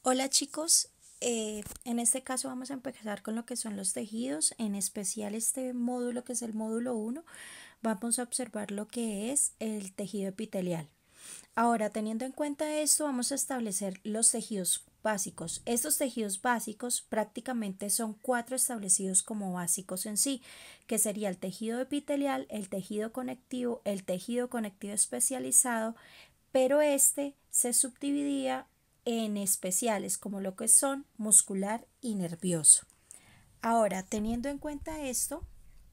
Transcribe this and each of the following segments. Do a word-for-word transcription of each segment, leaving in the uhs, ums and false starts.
Hola chicos, eh, en este caso vamos a empezar con lo que son los tejidos, en especial este módulo que es el módulo uno. Vamos a observar lo que es el tejido epitelial. Ahora, teniendo en cuenta esto, vamos a establecer los tejidos básicos. Estos tejidos básicos prácticamente son cuatro establecidos como básicos en sí, que sería el tejido epitelial, el tejido conectivo, el tejido conectivo especializado, pero este se subdividía en especiales como lo que son muscular y nervioso. Ahora, teniendo en cuenta esto,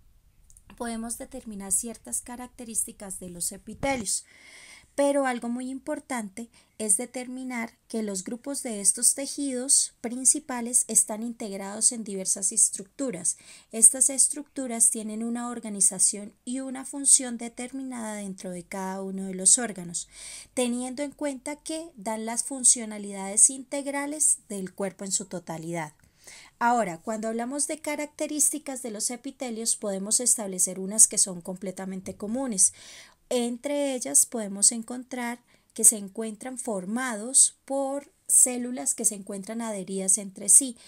podemos determinar ciertas características de los epitelios. Pero algo muy importante es determinar que los grupos de estos tejidos principales están integrados en diversas estructuras. Estas estructuras tienen una organización y una función determinada dentro de cada uno de los órganos, teniendo en cuenta que dan las funcionalidades integrales del cuerpo en su totalidad. Ahora, cuando hablamos de características de los epitelios, podemos establecer unas que son completamente comunes. Entre ellas podemos encontrar que se encuentran formados por células que se encuentran adheridas entre sí.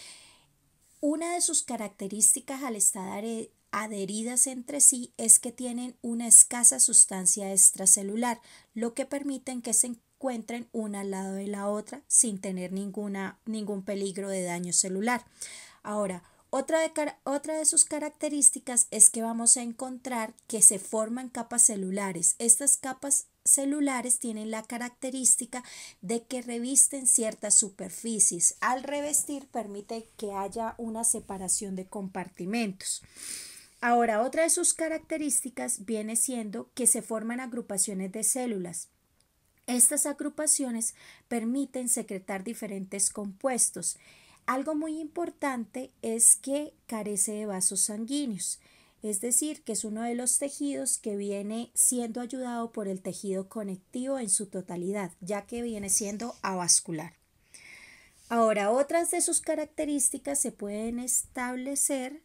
Una de sus características al estar adheridas entre sí es que tienen una escasa sustancia extracelular, lo que permite que se encuentren una al lado de la otra sin tener ninguna, ningún peligro de daño celular. Ahora, otra de, otra de sus características es que vamos a encontrar que se forman capas celulares. Estas capas celulares tienen la característica de que revisten ciertas superficies. Al revestir permite que haya una separación de compartimentos. Ahora, otra de sus características viene siendo que se forman agrupaciones de células. Estas agrupaciones permiten secretar diferentes compuestos. Algo muy importante es que carece de vasos sanguíneos, es decir, que es uno de los tejidos que viene siendo ayudado por el tejido conectivo en su totalidad, ya que viene siendo avascular. Ahora, otras de sus características se pueden establecer,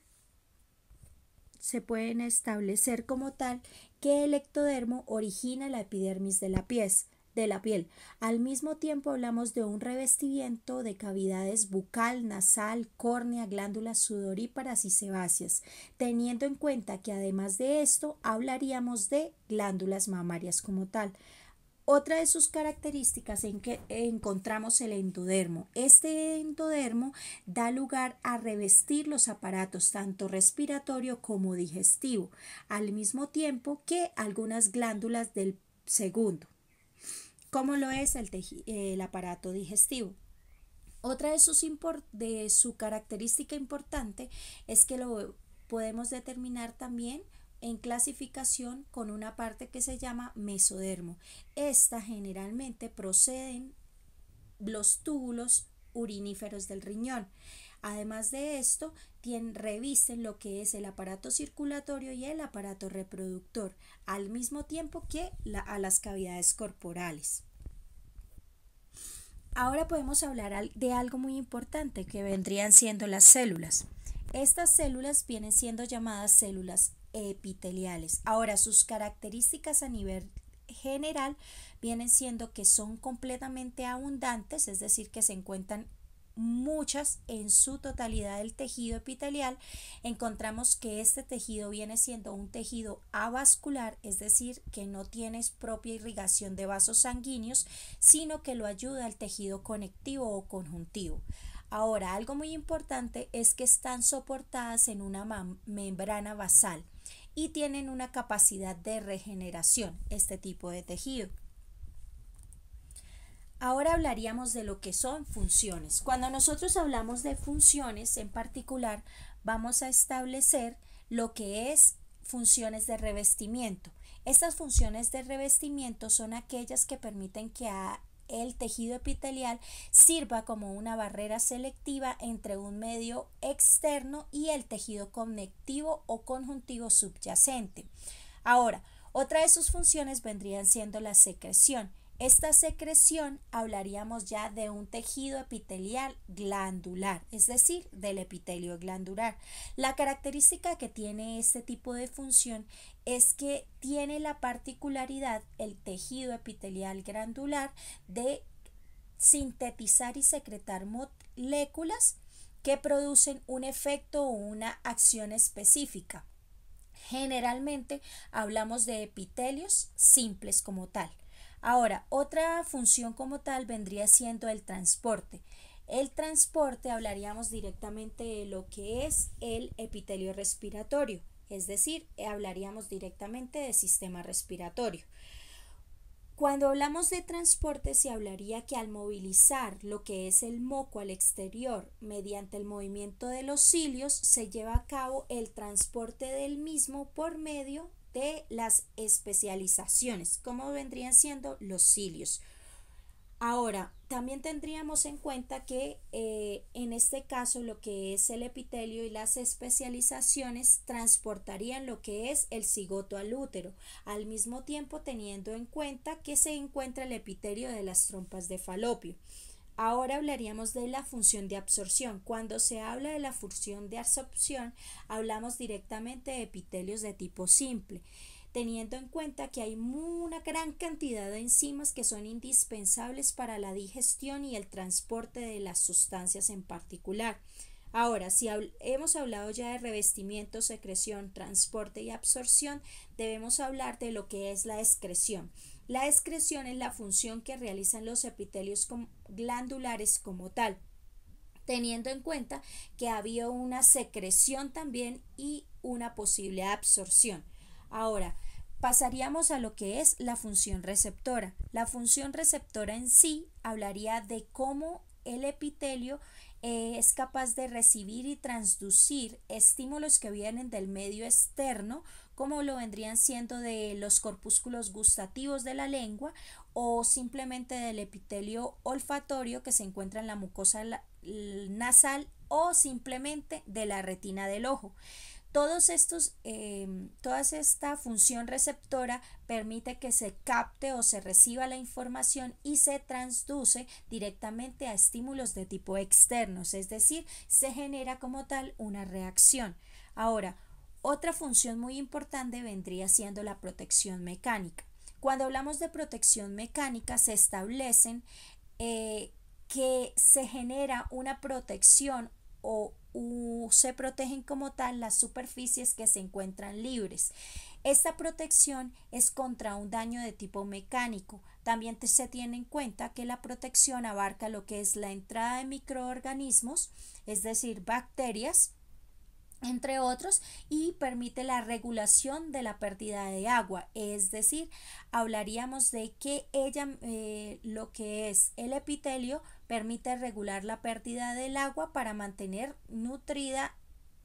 se pueden establecer como tal que el ectodermo origina la epidermis de la piel. de la piel. Al mismo tiempo hablamos de un revestimiento de cavidades bucal, nasal, córnea, glándulas sudoríparas y sebáceas, teniendo en cuenta que además de esto hablaríamos de glándulas mamarias como tal. Otra de sus características en que encontramos el endodermo. Este endodermo da lugar a revestir los aparatos tanto respiratorio como digestivo, al mismo tiempo que algunas glándulas del segundo, como lo es el, el aparato digestivo. Otra de, sus de su característica importante es que lo podemos determinar también en clasificación con una parte que se llama mesodermo. Esta generalmente proceden los túbulos uriníferos del riñón. Además de esto, tienen, revisten lo que es el aparato circulatorio y el aparato reproductor, al mismo tiempo que la, a las cavidades corporales. Ahora podemos hablar de algo muy importante que vendrían siendo las células. Estas células vienen siendo llamadas células epiteliales. Ahora, sus características a nivel general vienen siendo que son completamente abundantes, es decir, que se encuentran muchas en su totalidad del tejido epitelial. Encontramos que este tejido viene siendo un tejido avascular, es decir, que no tiene propia irrigación de vasos sanguíneos, sino que lo ayuda al tejido conectivo o conjuntivo. Ahora, algo muy importante es que están soportadas en una membrana basal y tienen una capacidad de regeneración, este tipo de tejido. Ahora hablaríamos de lo que son funciones. Cuando nosotros hablamos de funciones en particular, vamos a establecer lo que es funciones de revestimiento. Estas funciones de revestimiento son aquellas que permiten que a el tejido epitelial sirva como una barrera selectiva entre un medio externo y el tejido conectivo o conjuntivo subyacente. Ahora, otra de sus funciones vendrían siendo la secreción. Esta secreción hablaríamos ya de un tejido epitelial glandular, es decir, del epitelio glandular. La característica que tiene este tipo de función es que tiene la particularidad el tejido epitelial glandular de sintetizar y secretar moléculas que producen un efecto o una acción específica. Generalmente hablamos de epitelios simples como tal. Ahora, otra función como tal vendría siendo el transporte. El transporte hablaríamos directamente de lo que es el epitelio respiratorio, es decir, hablaríamos directamente de sistema respiratorio. Cuando hablamos de transporte se hablaría que al movilizar lo que es el moco al exterior mediante el movimiento de los cilios se lleva a cabo el transporte del mismo por medio de las especializaciones, como vendrían siendo los cilios. Ahora, también tendríamos en cuenta que eh, en este caso lo que es el epitelio y las especializaciones transportarían lo que es el cigoto al útero, al mismo tiempo teniendo en cuenta que se encuentra el epitelio de las trompas de Falopio. Ahora hablaríamos de la función de absorción. Cuando se habla de la función de absorción, hablamos directamente de epitelios de tipo simple, teniendo en cuenta que hay una gran cantidad de enzimas que son indispensables para la digestión y el transporte de las sustancias en particular. Ahora, si hemos hablado ya de revestimiento, secreción, transporte y absorción, debemos hablar de lo que es la excreción. La excreción es la función que realizan los epitelios glandulares como tal, teniendo en cuenta que había una secreción también y una posible absorción. Ahora, pasaríamos a lo que es la función receptora. La función receptora en sí hablaría de cómo el epitelio eh, es capaz de recibir y transducir estímulos que vienen del medio externo, como lo vendrían siendo de los corpúsculos gustativos de la lengua o simplemente del epitelio olfatorio que se encuentra en la mucosa nasal o simplemente de la retina del ojo. Todos estos, eh, toda esta función receptora permite que se capte o se reciba la información y se transduce directamente a estímulos de tipo externos, es decir, se genera como tal una reacción. Ahora, otra función muy importante vendría siendo la protección mecánica. Cuando hablamos de protección mecánica se establecen eh, que se genera una protección o uh, se protegen como tal las superficies que se encuentran libres. Esta protección es contra un daño de tipo mecánico. También te, se tiene en cuenta que la protección abarca lo que es la entrada de microorganismos, es decir, bacterias, entre otros, y permite la regulación de la pérdida de agua, es decir, hablaríamos de que ella, eh, lo que es el epitelio, permite regular la pérdida del agua para mantener nutrida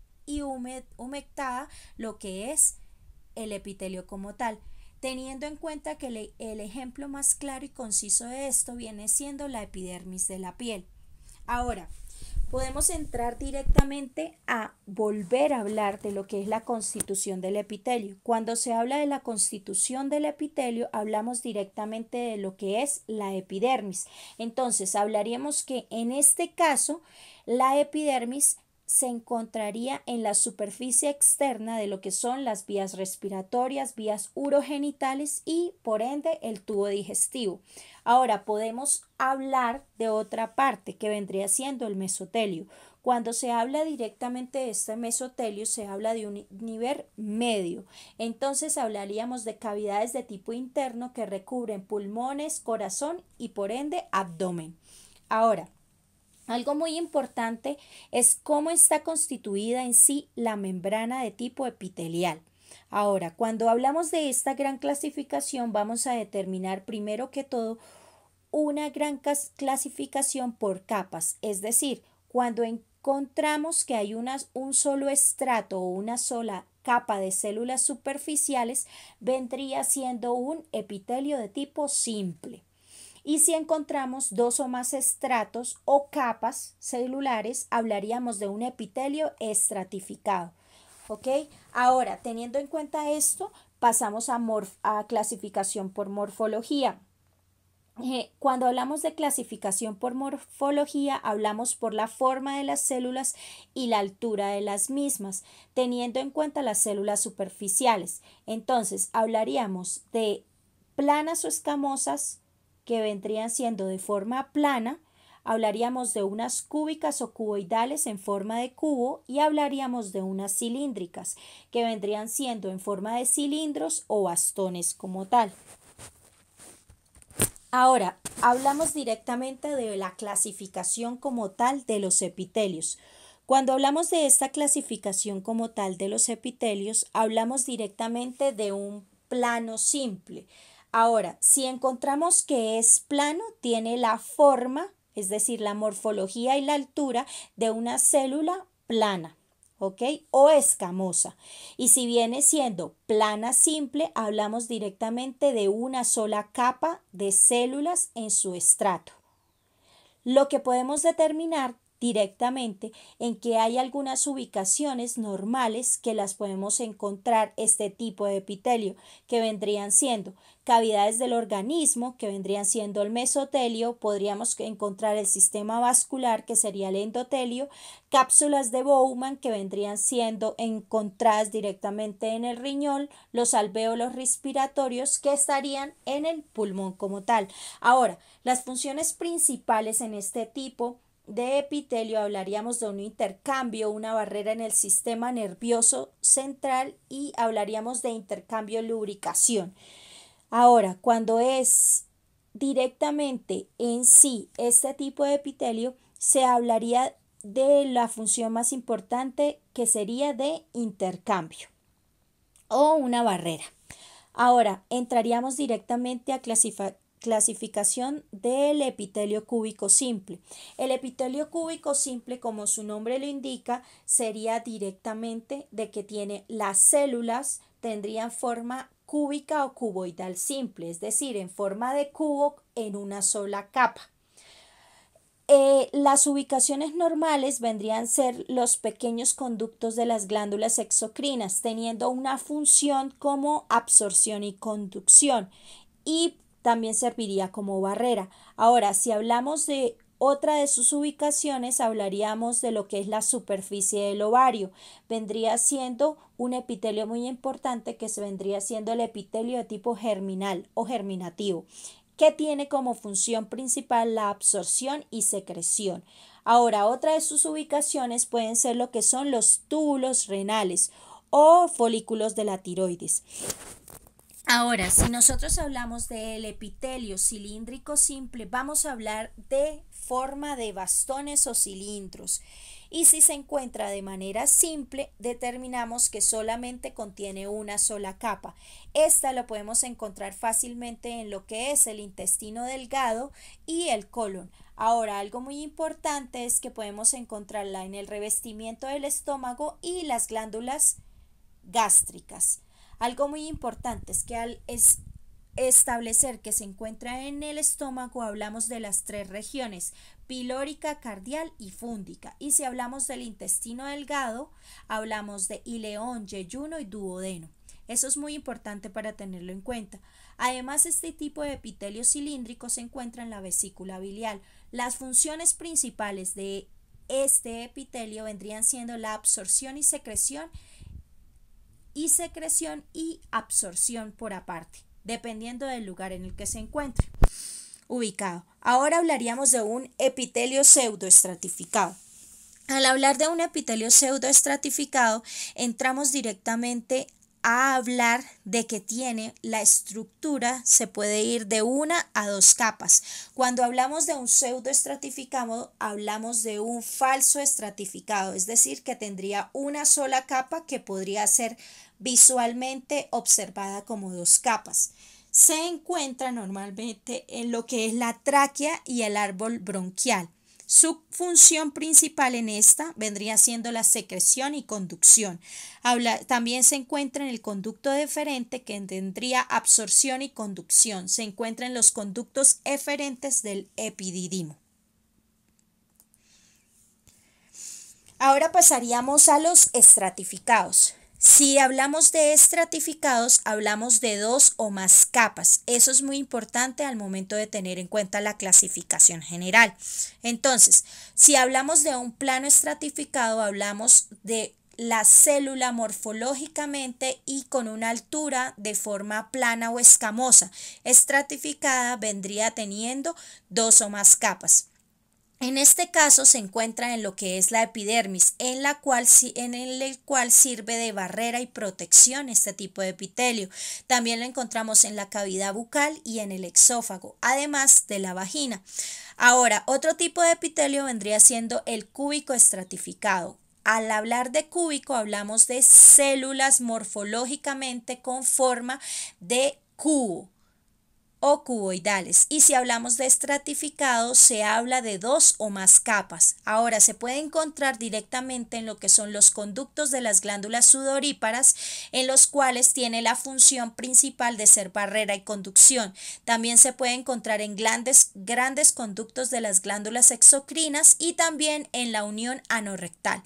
y humed, humectada lo que es el epitelio como tal, teniendo en cuenta que le, el ejemplo más claro y conciso de esto viene siendo la epidermis de la piel. Ahora, podemos entrar directamente a volver a hablar de lo que es la constitución del epitelio. Cuando se habla de la constitución del epitelio, hablamos directamente de lo que es la epidermis. Entonces, hablaríamos que en este caso, la epidermis se encontraría en la superficie externa de lo que son las vías respiratorias, vías urogenitales y por ende el tubo digestivo. Ahora podemos hablar de otra parte que vendría siendo el mesotelio. Cuando se habla directamente de este mesotelio se habla de un nivel medio. Entonces hablaríamos de cavidades de tipo interno que recubren pulmones, corazón y por ende abdomen. Ahora, algo muy importante es cómo está constituida en sí la membrana de tipo epitelial. Ahora, cuando hablamos de esta gran clasificación, vamos a determinar primero que todo una gran clasificación por capas, es decir, cuando encontramos que hay una, un solo estrato o una sola capa de células superficiales, vendría siendo un epitelio de tipo simple. Y si encontramos dos o más estratos o capas celulares, hablaríamos de un epitelio estratificado. ¿Ok? Ahora, teniendo en cuenta esto, pasamos a, a clasificación por morfología. Eh, cuando hablamos de clasificación por morfología, hablamos por la forma de las células y la altura de las mismas, teniendo en cuenta las células superficiales. Entonces, hablaríamos de planas o escamosas, que vendrían siendo de forma plana, hablaríamos de unas cúbicas o cuboidales en forma de cubo y hablaríamos de unas cilíndricas, que vendrían siendo en forma de cilindros o bastones como tal. Ahora, hablamos directamente de la clasificación como tal de los epitelios. Cuando hablamos de esta clasificación como tal de los epitelios, hablamos directamente de un plano simple. Ahora, si encontramos que es plano, tiene la forma, es decir, la morfología y la altura de una célula plana, ¿ok? O escamosa. Y si viene siendo plana simple, hablamos directamente de una sola capa de células en su estrato. Lo que podemos determinar directamente en que hay algunas ubicaciones normales que las podemos encontrar este tipo de epitelio, que vendrían siendo cavidades del organismo, que vendrían siendo el mesotelio, podríamos encontrar el sistema vascular, que sería el endotelio, cápsulas de Bowman, que vendrían siendo encontradas directamente en el riñón, los alvéolos respiratorios, que estarían en el pulmón como tal. Ahora, las funciones principales en este tipo de epitelio hablaríamos de un intercambio, una barrera en el sistema nervioso central y hablaríamos de intercambio lubricación. Ahora, cuando es directamente en sí este tipo de epitelio, se hablaría de la función más importante, que sería de intercambio o una barrera. Ahora, entraríamos directamente a clasificar clasificación del epitelio cúbico simple. El epitelio cúbico simple, como su nombre lo indica, sería directamente de que tiene las células, tendrían forma cúbica o cuboidal simple, es decir, en forma de cubo en una sola capa. Eh, las ubicaciones normales vendrían a ser los pequeños conductos de las glándulas exocrinas, teniendo una función como absorción y conducción, y también serviría como barrera. Ahora, si hablamos de otra de sus ubicaciones, hablaríamos de lo que es la superficie del ovario. Vendría siendo un epitelio muy importante, que se vendría siendo el epitelio de tipo germinal o germinativo, que tiene como función principal la absorción y secreción. Ahora, otra de sus ubicaciones pueden ser lo que son los túbulos renales o folículos de la tiroides. Ahora, si nosotros hablamos del epitelio cilíndrico simple, vamos a hablar de forma de bastones o cilindros. Y si se encuentra de manera simple, determinamos que solamente contiene una sola capa. Esta lo podemos encontrar fácilmente en lo que es el intestino delgado y el colon. Ahora, algo muy importante es que podemos encontrarla en el revestimiento del estómago y las glándulas gástricas. Algo muy importante es que al es establecer que se encuentra en el estómago, hablamos de las tres regiones: pilórica, cardial y fúndica. Y si hablamos del intestino delgado, hablamos de ileón, yeyuno y duodeno. Eso es muy importante para tenerlo en cuenta. Además, este tipo de epitelio cilíndrico se encuentra en la vesícula biliar. Las funciones principales de este epitelio vendrían siendo la absorción y secreción y secreción y absorción por aparte, dependiendo del lugar en el que se encuentre ubicado. Ahora hablaríamos de un epitelio pseudoestratificado. Al hablar de un epitelio pseudoestratificado, entramos directamente a hablar de que tiene la estructura, se puede ir de una a dos capas. Cuando hablamos de un pseudoestratificado, hablamos de un falso estratificado, es decir, que tendría una sola capa que podría ser visualmente observada como dos capas. Se encuentra normalmente en lo que es la tráquea y el árbol bronquial. Su función principal en esta vendría siendo la secreción y conducción. Habla, también se encuentra en el conducto deferente, que tendría absorción y conducción. Se encuentra en los conductos eferentes del epididimo. Ahora pasaríamos a los estratificados. Si hablamos de estratificados, hablamos de dos o más capas. Eso es muy importante al momento de tener en cuenta la clasificación general. Entonces, si hablamos de un plano estratificado, hablamos de la célula morfológicamente y con una altura de forma plana o escamosa. Estratificada vendría teniendo dos o más capas. En este caso se encuentra en lo que es la epidermis, en la cual, en el cual sirve de barrera y protección este tipo de epitelio. También lo encontramos en la cavidad bucal y en el exófago, además de la vagina. Ahora, otro tipo de epitelio vendría siendo el cúbico estratificado. Al hablar de cúbico hablamos de células morfológicamente con forma de cubo o cuboidales, y si hablamos de estratificado se habla de dos o más capas. Ahora se puede encontrar directamente en lo que son los conductos de las glándulas sudoríparas, en los cuales tiene la función principal de ser barrera y conducción. También se puede encontrar en grandes, grandes conductos de las glándulas exocrinas y también en la unión anorrectal.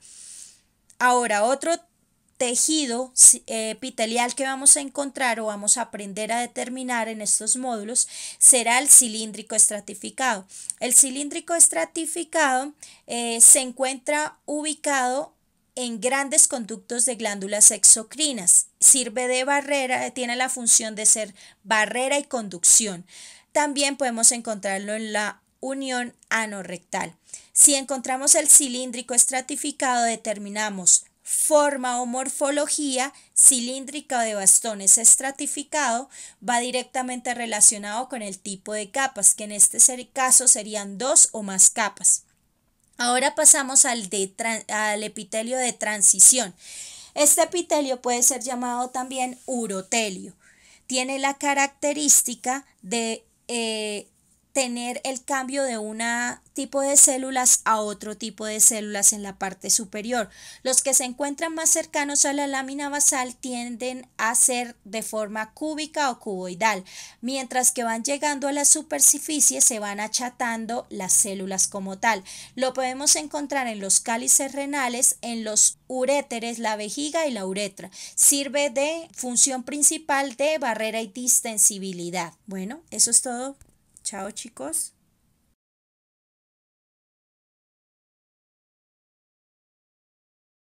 Ahora, otro tejido epitelial que vamos a encontrar o vamos a aprender a determinar en estos módulos será el cilíndrico estratificado. El cilíndrico estratificado eh, se encuentra ubicado en grandes conductos de glándulas exocrinas. Sirve de barrera, tiene la función de ser barrera y conducción. También podemos encontrarlo en la unión anorrectal. Si encontramos el cilíndrico estratificado, determinamos forma o morfología cilíndrica de bastones estratificado, va directamente relacionado con el tipo de capas, que en este caso serían dos o más capas. Ahora pasamos al, de, al epitelio de transición. Este epitelio puede ser llamado también urotelio. Tiene la característica de eh, tener el cambio de un tipo de células a otro tipo de células en la parte superior. Los que se encuentran más cercanos a la lámina basal tienden a ser de forma cúbica o cuboidal, mientras que van llegando a la superficie se van achatando las células como tal. Lo podemos encontrar en los cálices renales, en los uréteres, la vejiga y la uretra. Sirve de función principal de barrera y distensibilidad. Bueno, eso es todo. Chao, chicos.